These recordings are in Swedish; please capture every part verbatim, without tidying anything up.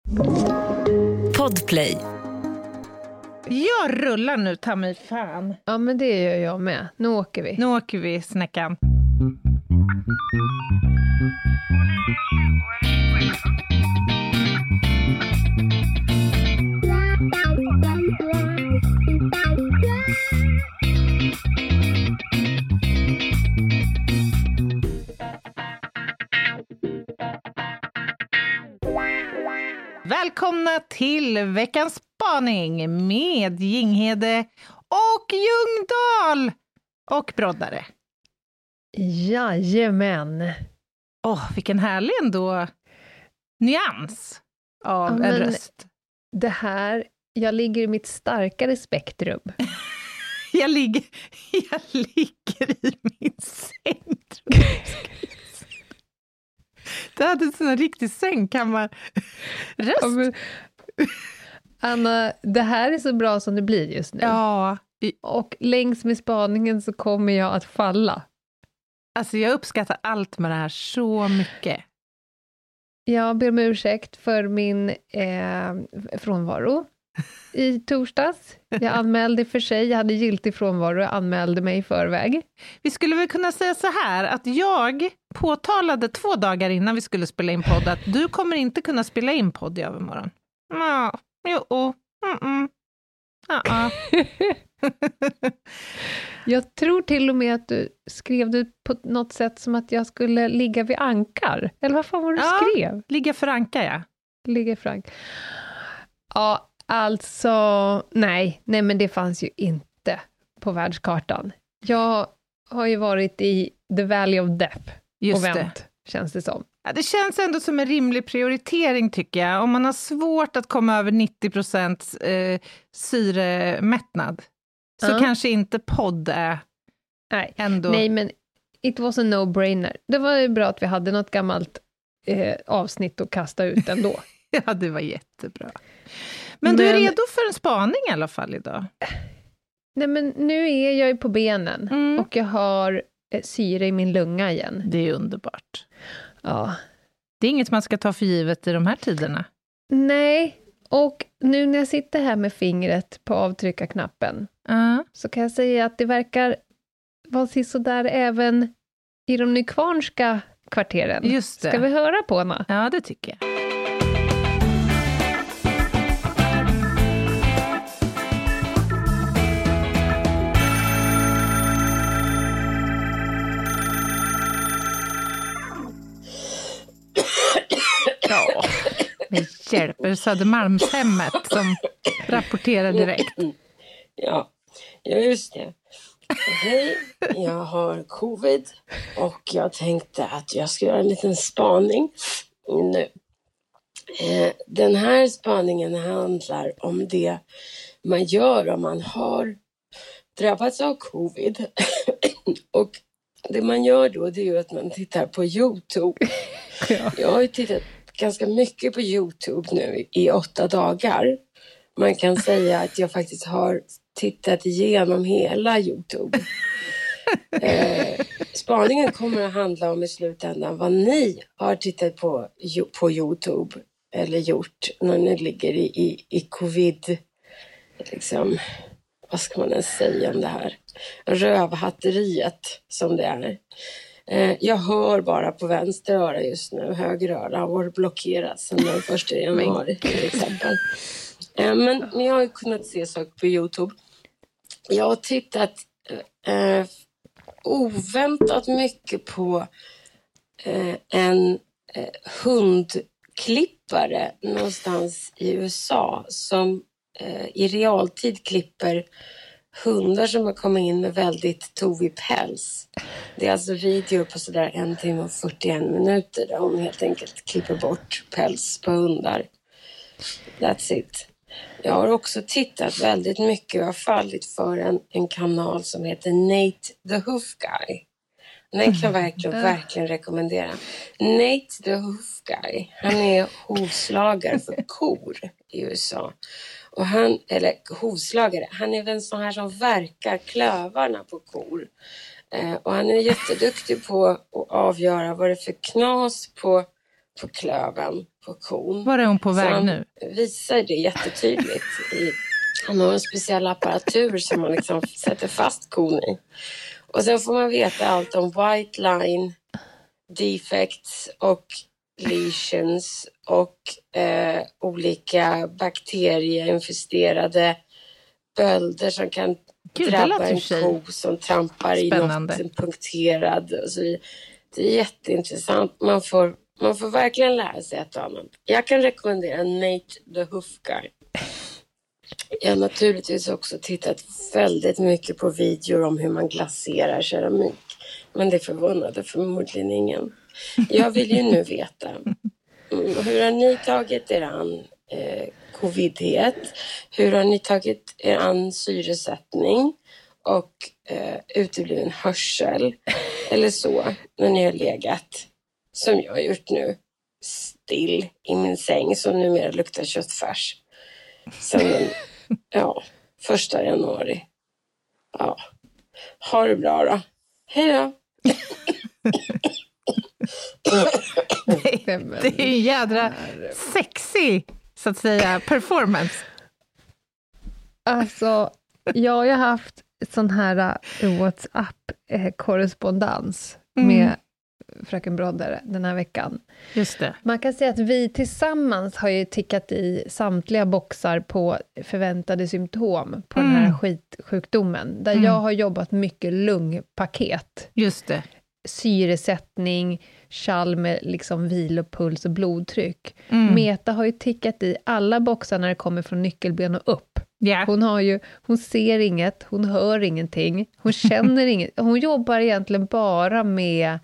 Podplay. Jag rullar nu, ta mig fan. Ja, men det gör jag med. Nu åker vi. Nu åker vi, snäckan. Välkomna till veckans spaning med Ginghede och Ljungdahl och Broddare. Jajamän. Åh, oh, vilken härlig ändå nyans av Ja, en men röst. Det här, jag ligger i mitt starkare spektrum. jag, ligger, jag ligger i min säng. Det hade en sån riktig sängkammarröst. Ja, men, Anna, det här är så bra som det blir just nu. Ja. Och längs med spaningen så kommer jag att falla. Alltså jag uppskattar allt med det här så mycket. Jag ber om ursäkt för min eh, frånvaro i torsdags. Jag anmälde för sig, jag hade giltig frånvaro, jag anmälde mig i förväg. Vi skulle väl kunna säga så här, att jag påtalade två dagar innan vi skulle spela in podd att du kommer inte kunna spela in podd i övermorgon. Ja, jo, mm-mm. Uh-uh. Jag tror till och med att du skrev det på något sätt som att jag skulle ligga vid ankar. Eller vad fan var det du ja, skrev? Ligga för ankar, ja. Ligga för ankar. Ja, alltså, nej, nej men det fanns ju inte på världskartan. Jag har ju varit i the valley of death Just och vänt, det. Känns det som. Ja, det känns ändå som en rimlig prioritering tycker jag. Om man har svårt att komma över nittio procent eh, syremättnad så uh. kanske inte podd är nej. ändå... Nej, men it was a no-brainer. Det var ju bra att vi hade något gammalt eh, avsnitt att kasta ut ändå. Ja, det var jättebra. Men, men du är redo för en spaning i alla fall idag? Nej, men nu är jag ju på benen mm. och jag har eh, syre i min lunga igen. Det är underbart. Ja. Det är inget man ska ta för givet i de här tiderna. Nej, och nu när jag sitter här med fingret på avtryckarknappen uh. så kan jag säga att det verkar vara sådär även i de nykvarnska kvarteren. Just det. Ska vi höra på henne? Ja, det tycker jag. Ja, det hjälper Södermalmshemmet som rapporterar direkt. Ja, ja just det. Hej, jag har covid och jag tänkte att jag ska göra en liten spaning nu. Den här spaningen handlar om det man gör om man har drabbats av covid. Och det man gör då, det är ju att man tittar på YouTube. Ja. Jag har ju tittat ganska mycket på YouTube nu i åtta dagar. Man kan säga att jag faktiskt har tittat igenom hela YouTube. eh, spaningen kommer att handla om i slutändan vad ni har tittat på, på YouTube eller gjort när ni ligger i, i, i covid. Liksom, vad ska man ens säga om det här? Rövhatteriet som det är. Jag hör bara på vänster öra just nu. Höger öra har varit blockerat sedan den första januari till exempel. Men, men jag har ju kunnat se saker på YouTube. Jag har tittat eh, oväntat mycket på eh, en eh, hundklippare någonstans i U S A som eh, i realtid klipper hundar som har kommit in med väldigt tovig päls. Det är alltså video på sådär en timme och fyrtioen minuter där hon helt enkelt klipper bort päls på hundar. That's it. Jag har också tittat väldigt mycket och har fallit för en, en kanal som heter Nate the Hoof Guy. Den kan jag verkligen, verkligen rekommendera. Nate the Hoof Guy, han är hovslagare för kor i U S A. Och han, eller hovslagare, han är väl en sån här som verkar klövarna på kor. Eh, och han är jätteduktig på att avgöra vad det är för knas på, på klöven på kon. Var är hon på Så väg han nu? visar det jättetydligt. I, han har en speciell apparatur som man liksom sätter fast kon i. Och sen får man veta allt om white line, defects och lesions och eh, olika bakterieinfesterade bölder som kan Gud, drabba en ko som trampar spännande. i något punkterad. Och så vidare. Det är jätteintressant. Man får, man får verkligen lära sig ett och annat. Jag kan rekommendera Nate the Hoof Guy. Jag har naturligtvis också tittat väldigt mycket på videor om hur man glaserar keramik. Men det förvånade förmodligen ingen. Jag vill ju nu veta. Mm, hur har ni tagit er an eh, covidhet? Hur har ni tagit er an syresättning? Och eh, utebliven hörsel? Eller så, när ni har legat. Som jag har gjort nu. Still i min säng som numera luktar köttfärs. Sen den, ja, första januari. Ja. Ha det bra då. Hej då. det, det är en jädra sexy, så att säga, performance. Alltså, jag har haft sån här WhatsApp-korrespondens mm. med Fröken Brodder den här veckan. Just det. Man kan säga att vi tillsammans har ju tickat i samtliga boxar på förväntade symptom på mm. den här skitsjukdomen. Där mm. jag har jobbat mycket lungpaket. Just det. Syresättning, kall med liksom vilopuls och blodtryck. Mm. Meta har ju tickat i alla boxar när det kommer från nyckelben och upp. Yeah. Hon har ju, hon ser inget, hon hör ingenting, hon känner inget. Hon jobbar egentligen bara med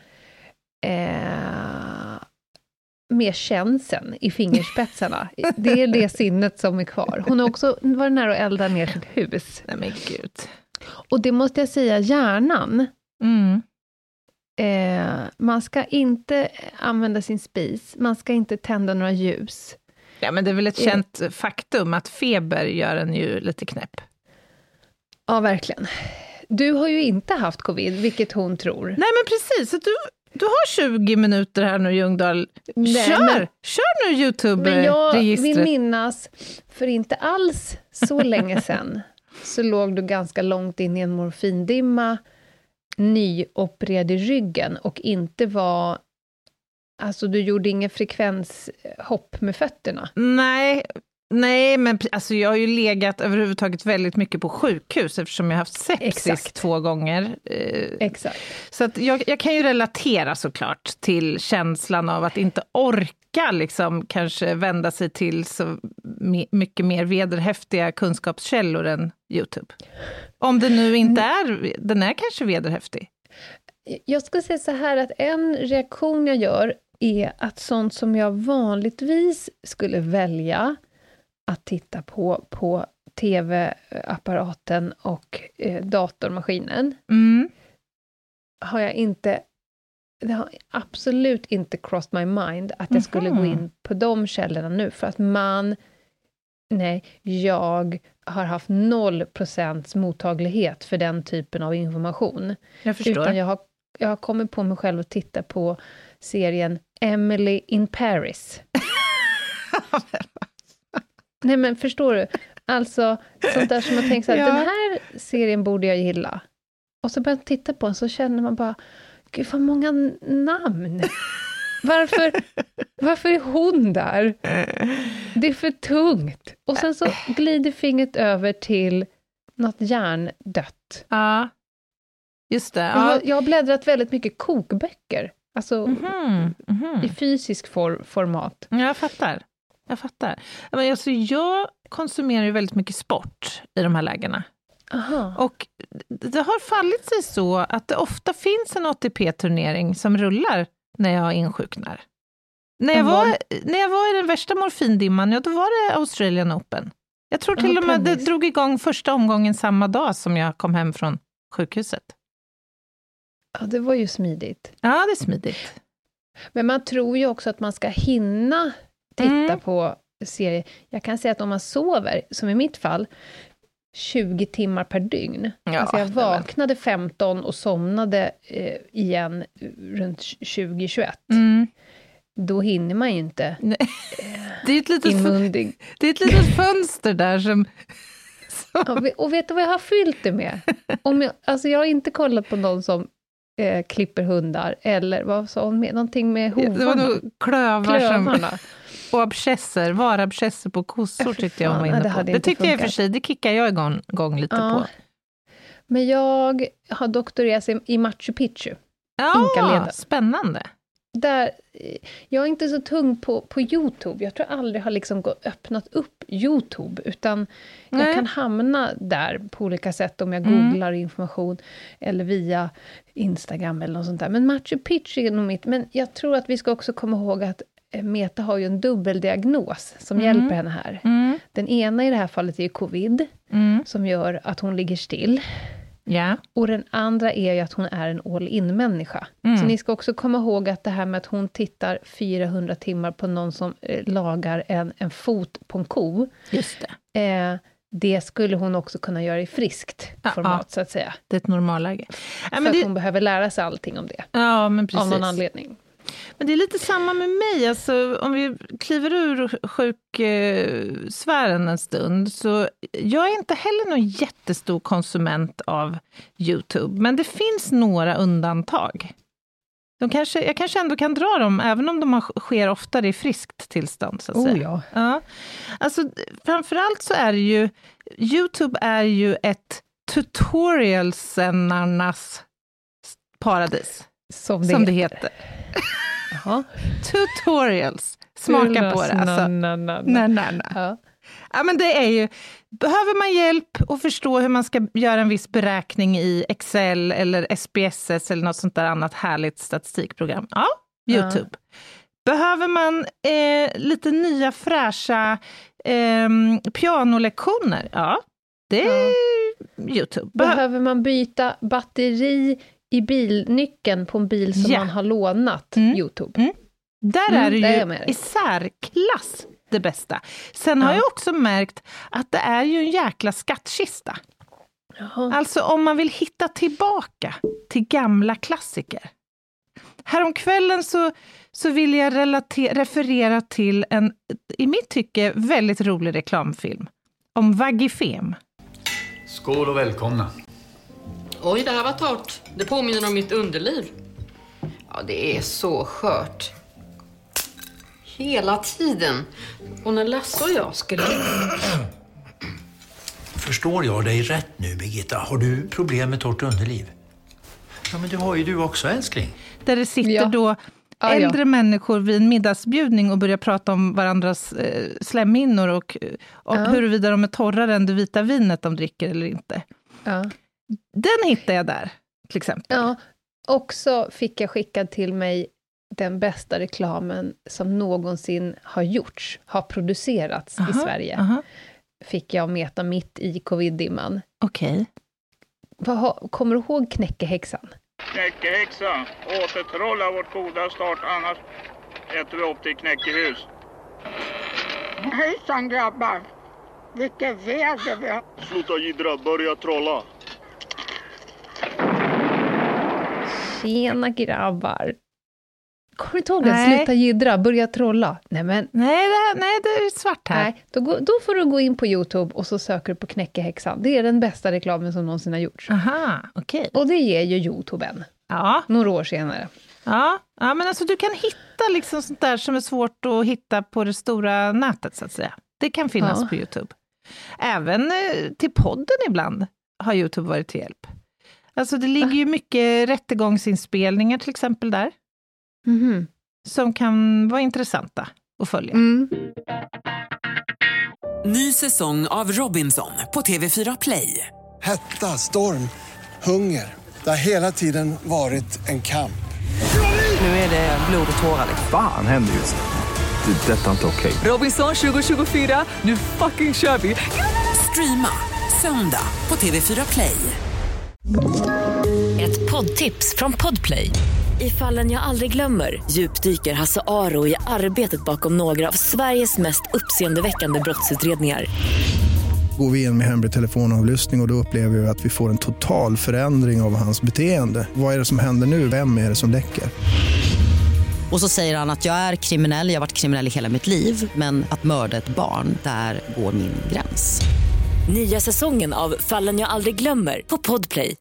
Eh, med känseln i fingerspetsarna. Det är det sinnet som är kvar. Hon har också varit nära att elda ner sitt hus. Nej men gud. Och det måste jag säga, hjärnan. Mm. Eh, man ska inte använda sin spis. Man ska inte tända några ljus. Ja, men det är väl ett känt eh. faktum att feber gör en ju lite knäpp. Ja, verkligen. Du har ju inte haft covid, vilket hon tror. Nej men precis, så du Du har tjugo minuter här nu, Ljungdahl. Nej, kör! Men, kör nu YouTube-registret. Men jag vill minnas, för inte alls så länge sedan, så låg du ganska långt in i en morfindimma, nyopererad i ryggen och inte var... Alltså, du gjorde ingen frekvenshopp med fötterna. Nej, nej men alltså, jag har ju legat överhuvudtaget väldigt mycket på sjukhus eftersom jag har haft sepsis Exakt. två gånger. Exakt. Så att jag, jag kan ju relatera såklart till känslan av att inte orka liksom kanske vända sig till så mycket mer vederhäftiga kunskapskällor än YouTube. Om det nu inte är, den är kanske vederhäftig. Jag skulle säga så här att en reaktion jag gör är att sånt som jag vanligtvis skulle välja att titta på på tv-apparaten och eh, datormaskinen mm. har jag inte, det har absolut inte crossed my mind att jag skulle mm. gå in på de källorna nu, för att man, nej, jag har haft noll procents mottaglighet för den typen av information. Jag förstår. Utan jag har, jag har kommit på mig själv att titta på serien Emily in Paris. Nej, men förstår du? Alltså, sånt där som man tänker så här, ja. Den här serien borde jag gilla. Och så börjar man titta på den, så känner man bara, gud vad många namn. Varför, varför är hon där? Det är för tungt. Och sen så glider fingret över till något hjärndött. Ja, just det. Ja. Jag, jag har bläddrat väldigt mycket kokböcker. Alltså mm-hmm. Mm-hmm. i fysisk for, format. Jag fattar. Jag fattar. Men alltså, jag konsumerar ju väldigt mycket sport i de här lägena. Aha. Och det har fallit sig så att det ofta finns en A T P-turnering som rullar när jag insjuknar. När jag, var, när jag var i den värsta morfindimman, ja, då var det Australian Open. Jag tror till Aha, och med tennis. det drog igång första omgången samma dag som jag kom hem från sjukhuset. Ja, det var ju smidigt. Ja, det är smidigt. Men man tror ju också att man ska hinna titta mm. på serier. Jag kan säga att om man sover, som i mitt fall, tjugo timmar per dygn. Ja, alltså jag vaknade femton och somnade eh, igen runt tjugo tjugoett. Mm. då hinner man ju inte Nej. Det är ett litet, inmundig. Det är ett litet fönster där som... som... Ja, och vet du vad jag har fyllt det med? Om jag, alltså jag har inte kollat på någon som eh, klipper hundar, eller vad sa hon med? Någonting med hovarna. Det var nog klövar Klövarna. Som... Och abscesser, var abscesser på kossor tyckte jag hon var inne på. Ja, det, det tyckte funkat. jag i och för sig, det kickar jag igång, igång lite ja. på. Men jag har doktorerat i, i Machu Picchu. Ja, spännande. Där, jag är inte så tung på, på YouTube. Jag tror aldrig har liksom gått, öppnat upp YouTube. Utan Nej. jag kan hamna där på olika sätt om jag mm. googlar information. Eller via Instagram eller något sånt där. Men Machu Picchu är nog mitt. Men jag tror att vi ska också komma ihåg att Meta har ju en dubbeldiagnos som mm. hjälper henne här. Mm. Den ena i det här fallet är ju covid. Mm. Som gör att hon ligger still. Yeah. Och den andra är ju att hon är en all-in-människa. Mm. Så ni ska också komma ihåg att det här med att hon tittar fyrahundra timmar på någon som eh, lagar en, en fot på en ko. Just det. Eh, det skulle hon också kunna göra i friskt ja, format, ja. så att säga. Det är ett normalläge. Ja, För men att det... hon behöver lära sig allting om det. Ja, men precis. Av någon anledning. Men det är lite samma med mig. Alltså, om vi kliver ur sjuksfären en stund, så jag är inte heller någon jättestor konsument av YouTube. Men det finns några undantag. De kanske, jag kanske ändå kan dra dem, även om de sker oftare i friskt tillstånd. Så att oh, säga. Ja. Ja. Alltså, framförallt så är det ju, YouTube är ju ett tutorialsarnas paradis. Som det, som heter. det heter. Jaha. Tutorials. Smaka på det. Alltså. Na, na, na. Na, na, na. Ja. Ja, men det är ju, behöver man hjälp att förstå hur man ska göra en viss beräkning i Excel eller S P S S eller något sånt där annat härligt statistikprogram. Ja, YouTube. Ja. Behöver man eh, lite nya fräscha eh, pianolektioner? Ja, det är ja. YouTube. Behöver man byta batteri i bilnyckeln på en bil som ja. man har lånat? Mm. YouTube. Mm. Där mm, är det ju är i särklass det bästa. Sen ja. har jag också märkt att det är ju en jäkla skattkista. Jaha. Alltså om man vill hitta tillbaka till gamla klassiker. Häromkvällen så, så vill jag relater- referera till en, i mitt tycke, väldigt rolig reklamfilm om Vagifem. Skål och välkomna. Oj, det här var torrt. Det påminner om mitt underliv. Ja, det är så skört. Hela tiden. Och när Lasse och jag skulle... Förstår jag dig rätt nu, Birgitta? Har du problem med torrt underliv? Ja, men det har ju du också, älskling. Där det sitter ja. då ah, äldre ja. människor vid en middagsbjudning och börjar prata om varandras eh, slemhinnor och, och ja. huruvida de är torrare än det vita vinet de dricker eller inte. Ja. Den hittar jag där, till exempel. Ja, också fick jag skickad till mig den bästa reklamen som någonsin har gjorts, har producerats aha, i Sverige. Aha. Fick jag Meta mitt i covid-dimman. Okej. Okay. Kommer du ihåg Knäckehäxan? Knäckehäxa, återtrolla vårt goda start, annars äter vi upp till knäckehus. Hejsan grabbar, vilket väder vi har. Sluta jiddra, börja trolla. Tjena grabbar. Kommer du inte ihåg det? Sluta jiddra, börja trolla. Nej, men... nej, det, nej, det är svart här. Nej, då, då får du gå in på YouTube och så söker du på Knäckehäxan. Det är den bästa reklamen som någonsin har gjorts. Aha, okej. Okay. Och det ger ju YouTube en. Ja. Några år senare. Ja, ja, men alltså du kan hitta liksom sånt där som är svårt att hitta på det stora nätet, så att säga. Det kan finnas ja. på YouTube. Även eh, till podden ibland har YouTube varit till hjälp. Alltså det ligger ju mycket rättegångsinspelningar till exempel där. Mm-hmm. Som kan vara intressanta att följa. Mm. Ny säsong av Robinson på T V fyra Play. Hetta, storm, hunger. Det har hela tiden varit en kamp. Nu är det blod och tårar. Fan händer just det. Det är detta inte okej. Okay. Robinson tjugo tjugofyra, nu fucking kör vi. Streama söndag på T V fyra Play. Ett poddtips från Podplay. I Fallen jag aldrig glömmer djupdyker Hasse Aro i arbetet bakom några av Sveriges mest uppseendeväckande brottsutredningar. Går vi in med hemlig telefonavlyssning och då upplever vi att vi får en total förändring av hans beteende. Vad är det som händer nu? Vem är det som läcker? Och så säger han att jag är kriminell, jag har varit kriminell i hela mitt liv. Men att mörda ett barn, där går min gräns. Nya säsongen av Fallen jag aldrig glömmer på Podplay.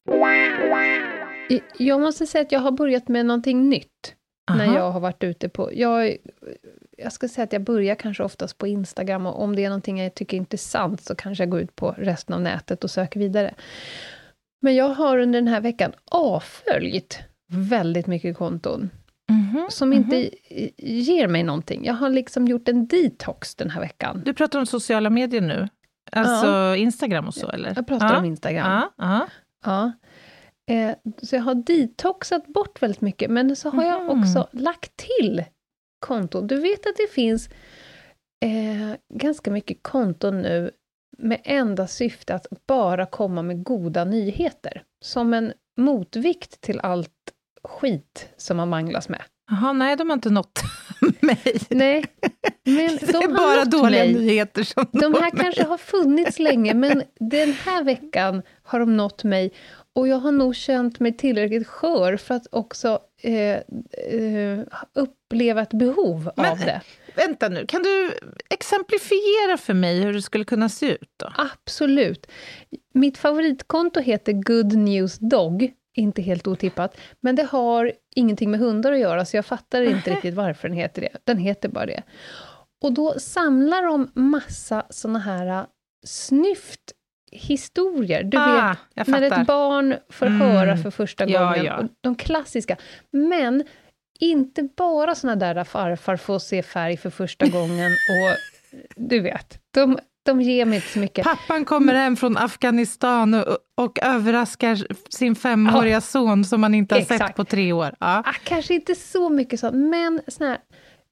Jag måste säga att jag har börjat med någonting nytt. Aha. När jag har varit ute på... Jag, jag ska säga att jag börjar kanske oftast på Instagram. Och om det är någonting jag tycker är intressant så kanske jag går ut på resten av nätet och söker vidare. Men jag har under den här veckan avföljt väldigt mycket konton. Mm-hmm, som inte mm-hmm. ger mig någonting. Jag har liksom gjort en detox den här veckan. Du pratar om sociala medier nu? Alltså ja. Instagram och så, eller? Jag pratar ja. om Instagram. Ja, ja. ja. Eh, så jag har detoxat bort väldigt mycket. Men så har mm. jag också lagt till konton. Du vet att det finns eh, ganska mycket konton nu med enda syfte att bara komma med goda nyheter. Som en motvikt till allt skit som man manglas med. Jaha, nej, de har inte nått mig. Nej, men det är bara dåliga mig. nyheter som de här mig. Kanske har funnits länge, men den här veckan har de nått mig. Och jag har nog känt mig tillräckligt skör för att också eh, eh, uppleva ett behov men, av det. Vänta nu, kan du exemplifiera för mig hur det skulle kunna se ut då? Absolut. Mitt favoritkonto heter Good News Dog. Inte helt otippat. Men det har ingenting med hundar att göra, så jag fattar inte uh-huh. riktigt varför den heter det. Den heter bara det. Och då samlar de massa såna här snyft historier. Du ah, vet, när ett barn får mm. höra för första ja, gången. Ja. De klassiska. Men inte bara såna där farfar får se färg för första gången. Och du vet, de, de ger mig inte så mycket. Pappan kommer hem från Afghanistan och, och överraskar sin femåriga ja, son som man inte har exakt. sett på tre år. Ja. Ah, kanske inte så mycket så, men såna här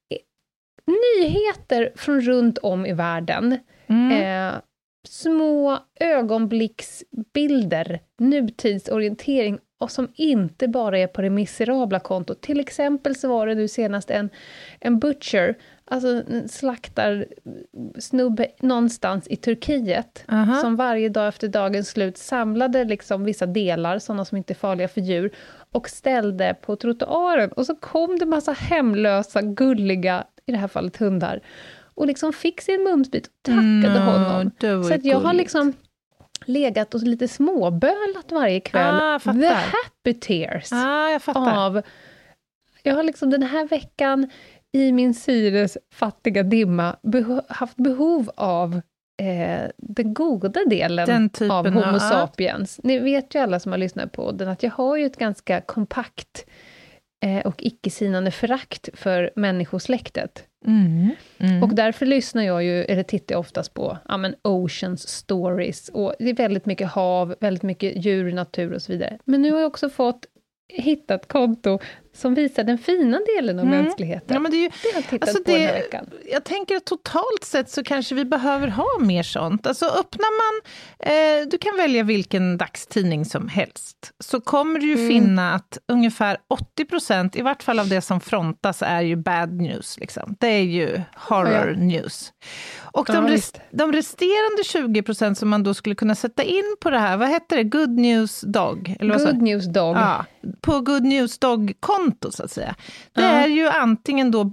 nyheter från runt om i världen. Mm. Eh, små ögonblicksbilder, nutidsorientering och som inte bara är på det miserabla kontot. Till exempel så var det nu senast en, en butcher, alltså en slaktar snubbe någonstans i Turkiet uh-huh. som varje dag efter dagens slut samlade liksom vissa delar, sådana som inte är farliga för djur, och ställde på trottoaren. Och så kom det massa hemlösa, gulliga, i det här fallet hundar, och liksom fick sin mumsbit och tackade mm, honom. Så att jag har liksom legat och lite småbölat varje kväll. Ah, The Happy Tears. Ah, jag fattar. Av, jag har liksom den här veckan i min syres fattiga dimma beho- haft behov av eh, den goda delen den av Homo sapiens. Ni vet ju alla som har lyssnat på den att jag har ju ett ganska kompakt eh, och icke-sinande förakt för människosläktet. Mm, mm. Och därför lyssnar jag ju, eller tittar jag oftast på ja, men Oceans Stories, och det är väldigt mycket hav, väldigt mycket djur, natur och så vidare. Men nu har jag också fått hittat konto som visar den fina delen av mm. mänskligheten. Ja, men det är ju, det har jag tittat alltså på det, den här veckan. Jag tänker att totalt sett så kanske vi behöver ha mer sånt. Alltså öppnar man, eh, du kan välja vilken dagstidning som helst, så kommer du ju mm. finna att ungefär åttio procent, i vart fall av det som frontas, är ju bad news. Liksom. Det är ju horror ja. news. Och de, ja, rest, de resterande tjugo procent som man då skulle kunna sätta in på det här, vad heter det? Good News Dog? Eller Good vad News Dog. Ja, på Good News Dog-konto så att säga. Det ja. är ju antingen då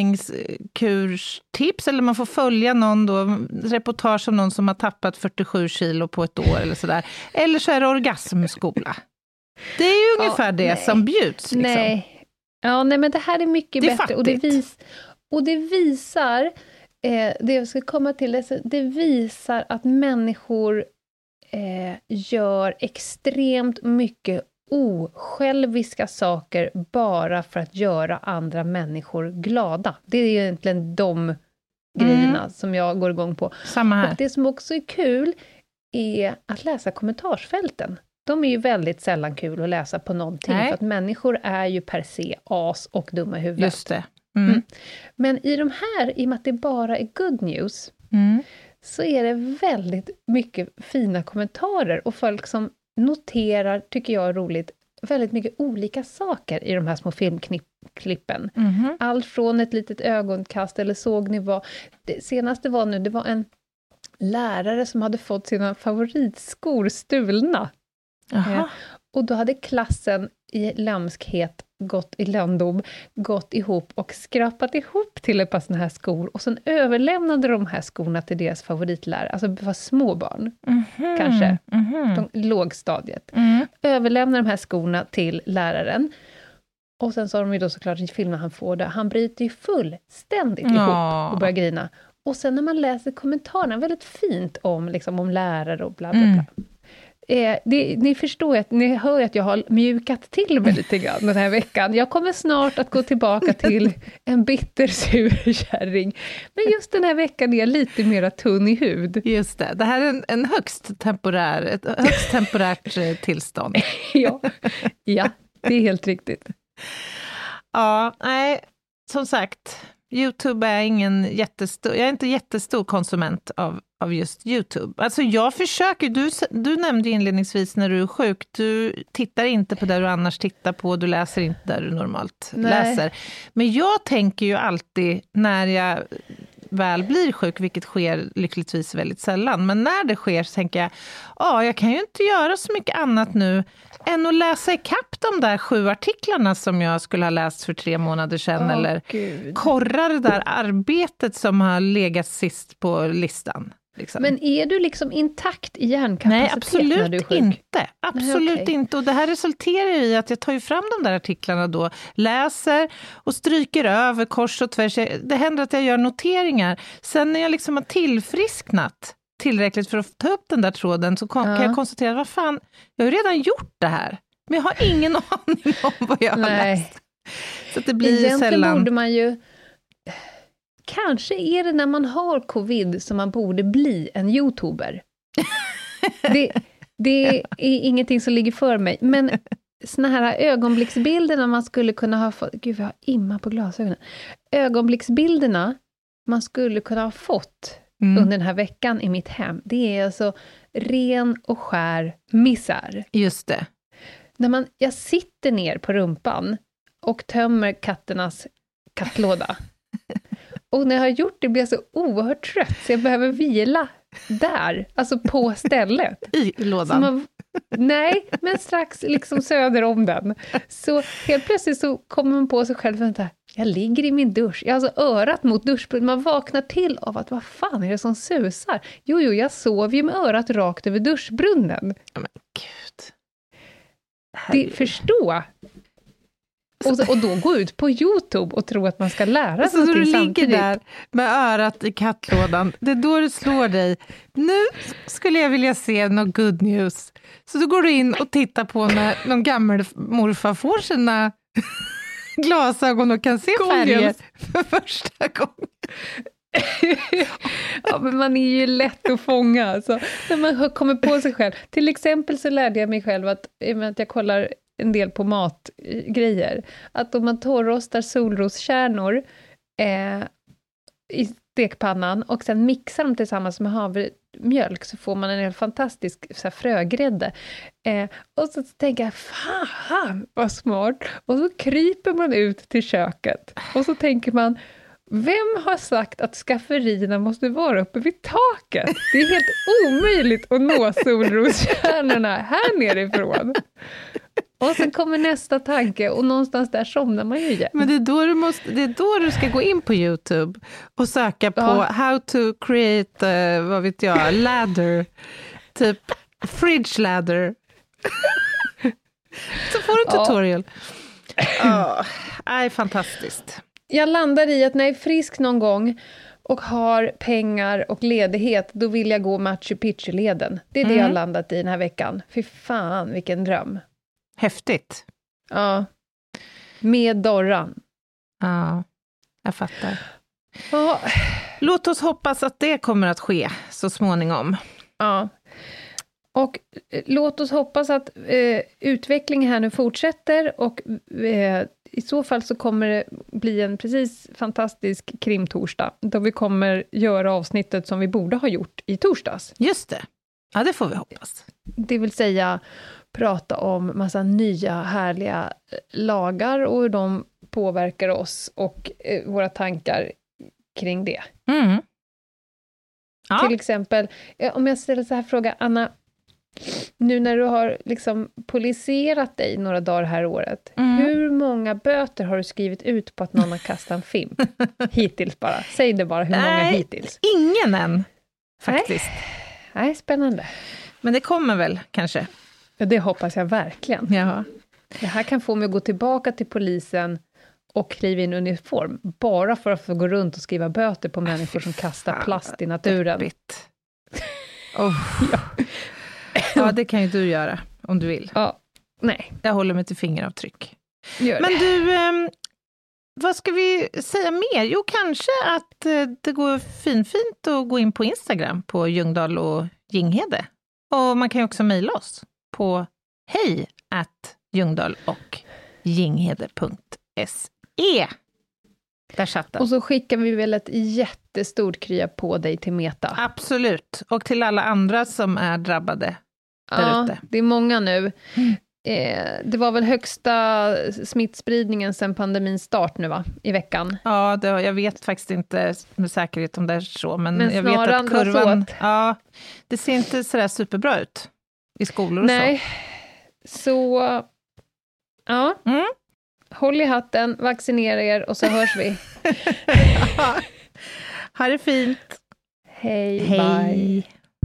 bantningskurstips, eller man får följa någon då, reportage om någon som har tappat fyrtiosju kilo på ett år eller sådär. Eller så är det orgasmskola. Det är ju ungefär ja, det nej. som bjuds. Liksom. Nej. Ja, nej, men det här är mycket det är bättre. Och det, vis, och det visar, eh, det jag ska komma till, det, det visar att människor eh, gör extremt mycket osjälviska saker bara för att göra andra människor glada. Det är egentligen de mm. grejerna som jag går igång på. Samma här. Och det som också är kul är att läsa kommentarsfälten. De är ju väldigt sällan kul att läsa på någonting. Nej. För att människor är ju per se as och dumma i huvudet. Just det. Mm. Mm. Men i de här, i och med att det bara är good news, mm. så är det väldigt mycket fina kommentarer. Och folk som noterar, tycker jag är roligt, väldigt mycket olika saker i de här små filmklippen. Mm. Allt från ett litet ögonkast, eller såg ni vad... Det senaste var nu, det var en lärare som hade fått sina favoritskor stulna. Eh, och då hade klassen i lömskhet gått i löndom, gått ihop och skrapat ihop till ett par såna här skor och sen överlämnade de här skorna till deras favoritlärare, alltså det var små barn, mm-hmm. kanske, mm-hmm. de, lågstadiet. Mm. Överlämnade de här skorna till läraren och sen så har de ju då såklart en film när han får det. Han bryter ju fullständigt ihop ja. och börjar grina. Och sen när man läser kommentarerna, väldigt fint om, liksom, om lärare och bla bla bla. Mm. Eh, det, ni förstår ju att ni hör att jag har mjukat till mig lite grann den här veckan. Jag kommer snart att gå tillbaka till en bittersur kärring. Men just den här veckan är jag lite mer tunn i hud. Just det, det här är en, en högst temporär, ett högst temporärt tillstånd. ja. ja, det är helt riktigt. Ja, nej, som sagt, YouTube är ingen jättestor, jag är inte jättestor konsument av, av just YouTube. Alltså jag försöker, du, du nämnde inledningsvis när du är sjuk, du tittar inte på det du annars tittar på, du läser inte där du normalt Nej. läser. Men jag tänker ju alltid när jag väl blir sjuk, vilket sker lyckligtvis väldigt sällan, men när det sker så tänker jag, ja, jag kan ju inte göra så mycket annat nu än att läsa i kapp de där sju artiklarna som jag skulle ha läst för tre månader sedan, oh, eller Gud. korra det där arbetet som har legat sist på listan. Liksom. Men är du liksom intakt i hjärnkapacitet? Nej, absolut när du är sjuk? inte. Absolut Nej, okay. inte. Och det här resulterar i att jag tar ju fram de där artiklarna då, läser och stryker över kors och tvärs. Det händer att jag gör noteringar. Sen när jag liksom har tillfrisknat tillräckligt för att ta upp den där tråden så kan ja. jag konstatera, vad fan, jag har ju redan gjort det här. Men jag har ingen aning om vad jag har Nej. läst. Så att det blir Egentligen sällan... borde man ju... Kanske är det när man har covid som man borde bli en YouTuber. det, det är ingenting som ligger för mig. Men såna här ögonblicksbilderna man skulle kunna ha fått... Gud, jag har imma på glasögonen. Ögonblicksbilderna man skulle kunna ha fått mm. under den här veckan i mitt hem. Det är alltså ren och skär misär. Just det. När man, jag sitter ner på rumpan och tömmer katternas kattlåda. Och när jag har gjort det blir jag så oerhört trött så jag behöver vila där, alltså på stället. I lådan? Man, nej, men strax liksom söder om den. Så helt plötsligt så kommer man på sig själv, vänta, jag ligger i min dusch. Jag har alltså örat mot duschbrunnen. Man vaknar till av att, vad fan är det som susar? Jo, jo, jag sov ju med örat rakt över duschbrunnen. Men gud. Det, förstå. Och, så, och då gå ut på YouTube och tro att man ska lära sig någonting samtidigt. Så du ligger där med örat i kattlådan. Det är då du slår dig. Nu skulle jag vilja se något good news. Så då går du in och tittar på när någon gammal morfar får sina glasögon och kan se färger för första gången. Ja, men man är ju lätt att fånga. Alltså, när man kommer på sig själv. Till exempel så lärde jag mig själv att, att jag kollar en del på matgrejer. Att om man torrostar solroskärnor eh, i stekpannan och sen mixar dem tillsammans med havremjölk så får man en helt fantastisk så här, frögrädde. Eh, och så tänker jag, fan vad smart. Och så kryper man ut till köket. Och så tänker man, vem har sagt att skafferierna måste vara uppe vid taket? Det är helt omöjligt att nå solroskärnorna här nerifrån. Och sen kommer nästa tanke och någonstans där somnar man ju igen. Men det är då du, måste, det är då du ska gå in på YouTube och söka på ja. how to create, uh, vad vet jag, ladder. Typ fridge ladder. Så får du en tutorial. Ja, oh, är fantastiskt. Jag landar i att när jag är frisk någon gång och har pengar och ledighet, då vill jag gå Machu Picchu-leden. Det är det mm. jag har landat i den här veckan. Fy fan, vilken dröm. Häftigt. Ja. Med Dorran. Ja, jag fattar. Ja. Låt oss hoppas att det kommer att ske så småningom. Ja. Och låt oss hoppas att eh, utvecklingen här nu fortsätter och eh, i så fall så kommer det bli en precis fantastisk krimtorsdag då vi kommer göra avsnittet som vi borde ha gjort i torsdags. Just det. Ja, det får vi hoppas. Det vill säga prata om massa nya härliga lagar och hur de påverkar oss och eh, våra tankar kring det. Mm. Ja. Till exempel, om jag ställer så här fråga, Anna, nu när du har liksom poliserat dig några dagar här året, Mm. hur många böter har du skrivit ut på att någon har kastat en fimp? Hittills bara. Säg det bara, hur många Nej, hittills? Ingen än, faktiskt. Nej. Nej, spännande. Men det kommer väl, kanske. Ja, det hoppas jag verkligen. Ja. Det här kan få mig att gå tillbaka till polisen och kliva in uniform, bara för att få gå runt och skriva böter på människor som kastar fan, plast i naturen. Deppigt. Oh. ja. ja, det kan ju du göra, om du vill. Ja, nej. Jag håller mig till fingeravtryck. Gör Men det. du, eh, vad ska vi säga mer? Jo, kanske att eh, det går finfint att gå in på Instagram på Ljungdahl och Ginghede. Och man kan ju också mejla oss på hej at ljungdahl och ginghede punkt se. Där satt den. Och så skickar vi väl ett jättestort krya på dig till Meta. Absolut. Och till alla andra som är drabbade där Ja, ute. det är många nu. Mm. Eh, det var väl högsta smittspridningen sedan pandemins start nu va? I veckan. Ja, det, jag vet faktiskt inte med säkerhet om det är så. Men, men jag vet att kurvan... åt. Ja, det ser inte sådär superbra ut i skolor och Nej. så. Så... Ja. Mm. Håll i hatten, vaccinera er och så hörs vi. Ha det fint. Hej, Hej. bye.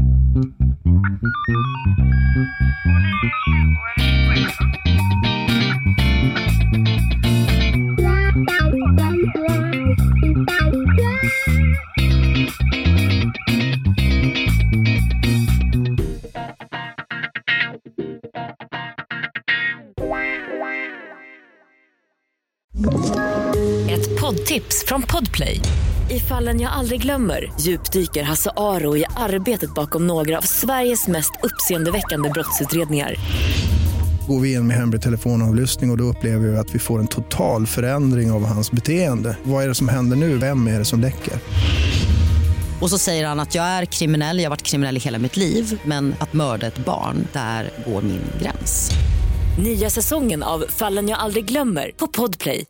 Ett poddtips från Podplay. I Fallen jag aldrig glömmer djupdyker Hasse Aro i arbetet bakom några av Sveriges mest uppseendeväckande brottsutredningar. Går vi in med hemlig telefonavlyssning och, och då upplever vi att vi får en total förändring av hans beteende. Vad är det som händer nu? Vem är det som läcker? Och så säger han att jag är kriminell, jag har varit kriminell i hela mitt liv. Men att mörda ett barn, där går min gräns. Nya säsongen av Fallen jag aldrig glömmer på Podplay.